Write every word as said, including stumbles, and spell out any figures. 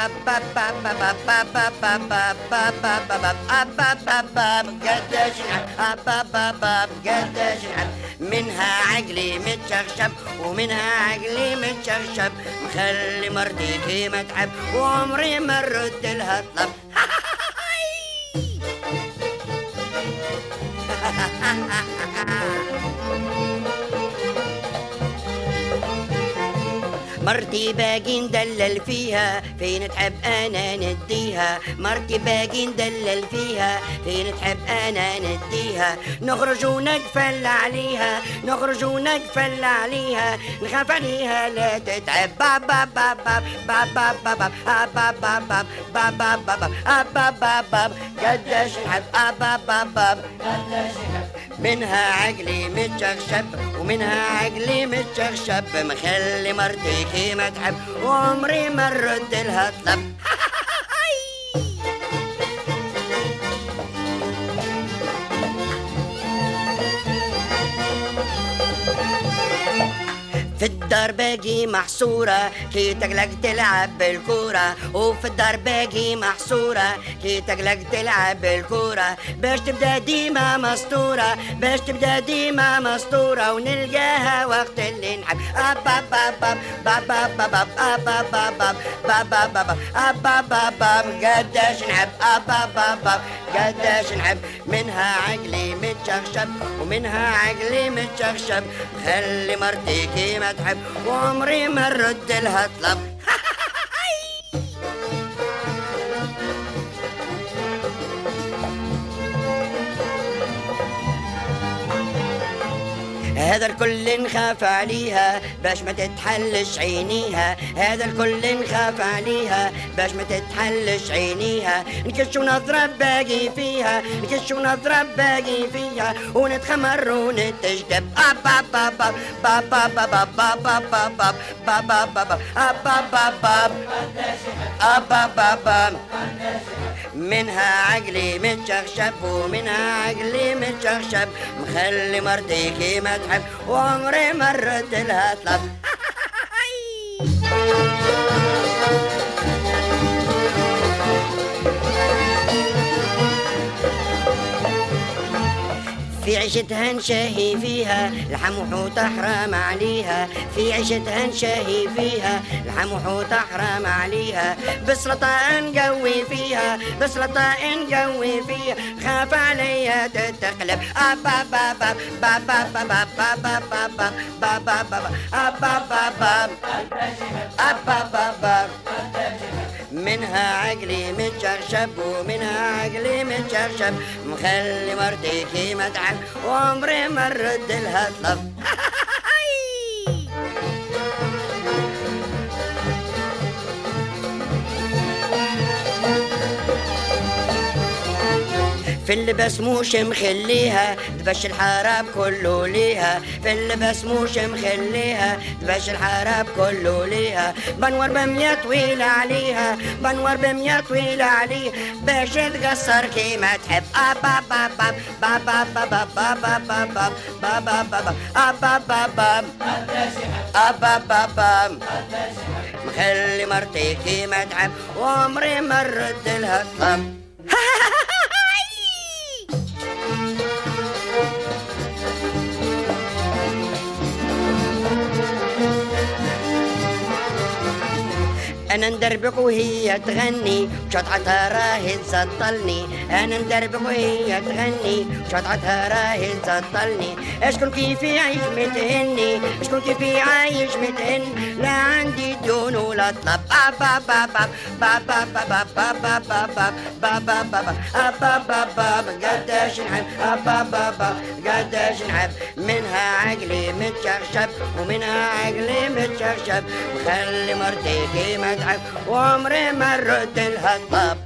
قداش نحب قداش نحب منها عقلي متشخشب ومنها عقلي متشخشب مخلي مرتي كيما تحب وعمري ما نرد لها طلب مرتي باقي ندلل فيها فين تحب انا نديها مرتي باقي ندلل فيها فين تحب انا نديها نخرج ونقفل عليها نخرج ونقفل عليها نخاف عليها لا تتعب باب باب باب باب باب باب باب باب باب باب قداش نحب باب باب قداش نحب منها عقلي متشخشب ومنها عقلي متشخشب مخلي مرتي كيما تحب وعمري ما نرد لها طلب في الدار باقي محصورة كي تقلق تلعب بالكورة وفي الدار باقي محصورة كي تقلق تلعب بالكورة باش تبدا ديما مسطورة باش تبدا ديما مسطورة ونلقاها وقت اللي نحب أبا باب باب باب باب أبا باب باب باب أبا باب قداش نحب أبا باب قداش نحب منها عقلي متشخشب ومنها عقلي متشخشب خلي مرتي كيما تحب وعمري ما نرد لها طلب هذا الكل نخاف عليها باش ما تتحلش عينيها هذا الكل نخاف عليها باش ما تتحلش عينيها نكش ونضرب باقي فيها نكش ونضرب باقي فيها ونتخمر ونتجدب أبا بابا بابا بابا بابا بابا بابا بابا أبا بابا أبا بابا منها عقلي متشخشب ومنها عقلي متشخشب مخلي مرتي كيما تحب وعمري ما نرد لها طلب في عيشتها نشاهي فيها لحم وحوت حرام عليها في عيشتها نشاهي فيها لحم وحوت حرام عليها بسلطة نقوي فيها بسلطة نقوي فيها خاف عليا تتقلب أبا بابا بابا بابا بابا بابا بابا بابا أبا بابا أبا بابا منها عقلي متشخشب ومنها عقلي متشخشب مخلي مرتي كيما تحب وعمري ما نرد لها طلب في اللبس موش مخليها دبش الحراب كله ليها في اللبس موش مخليها دبش الحراب كله ليها بنور بمية طويلة عليها بنور بمية طويلة عليها باش تقصر كيما تحب أبا بابا بابا بابا بابا بابا بابا بابا أبا بابا أبا بابا مخلي مرتي كيما تحب وعمري ما نرد لها طلب أنا ندربك وهي تغني شطعتها راهي تسطلني أنا ندربك وهي تغني شطعتها راهي تسطلني أشكون كيفي عايش متهني أشكون كيفي عايش متهني لا عندي ديون ولا طلب أبا بابا بابا بابا بابا بابا بابا بابا أبا بابا قداش نحب أبا بابا قداش نحب منها عقلي متشخشب ومنها عقلي متشخشب وخلي مرتي كيما وعمري ما نرد لها الطب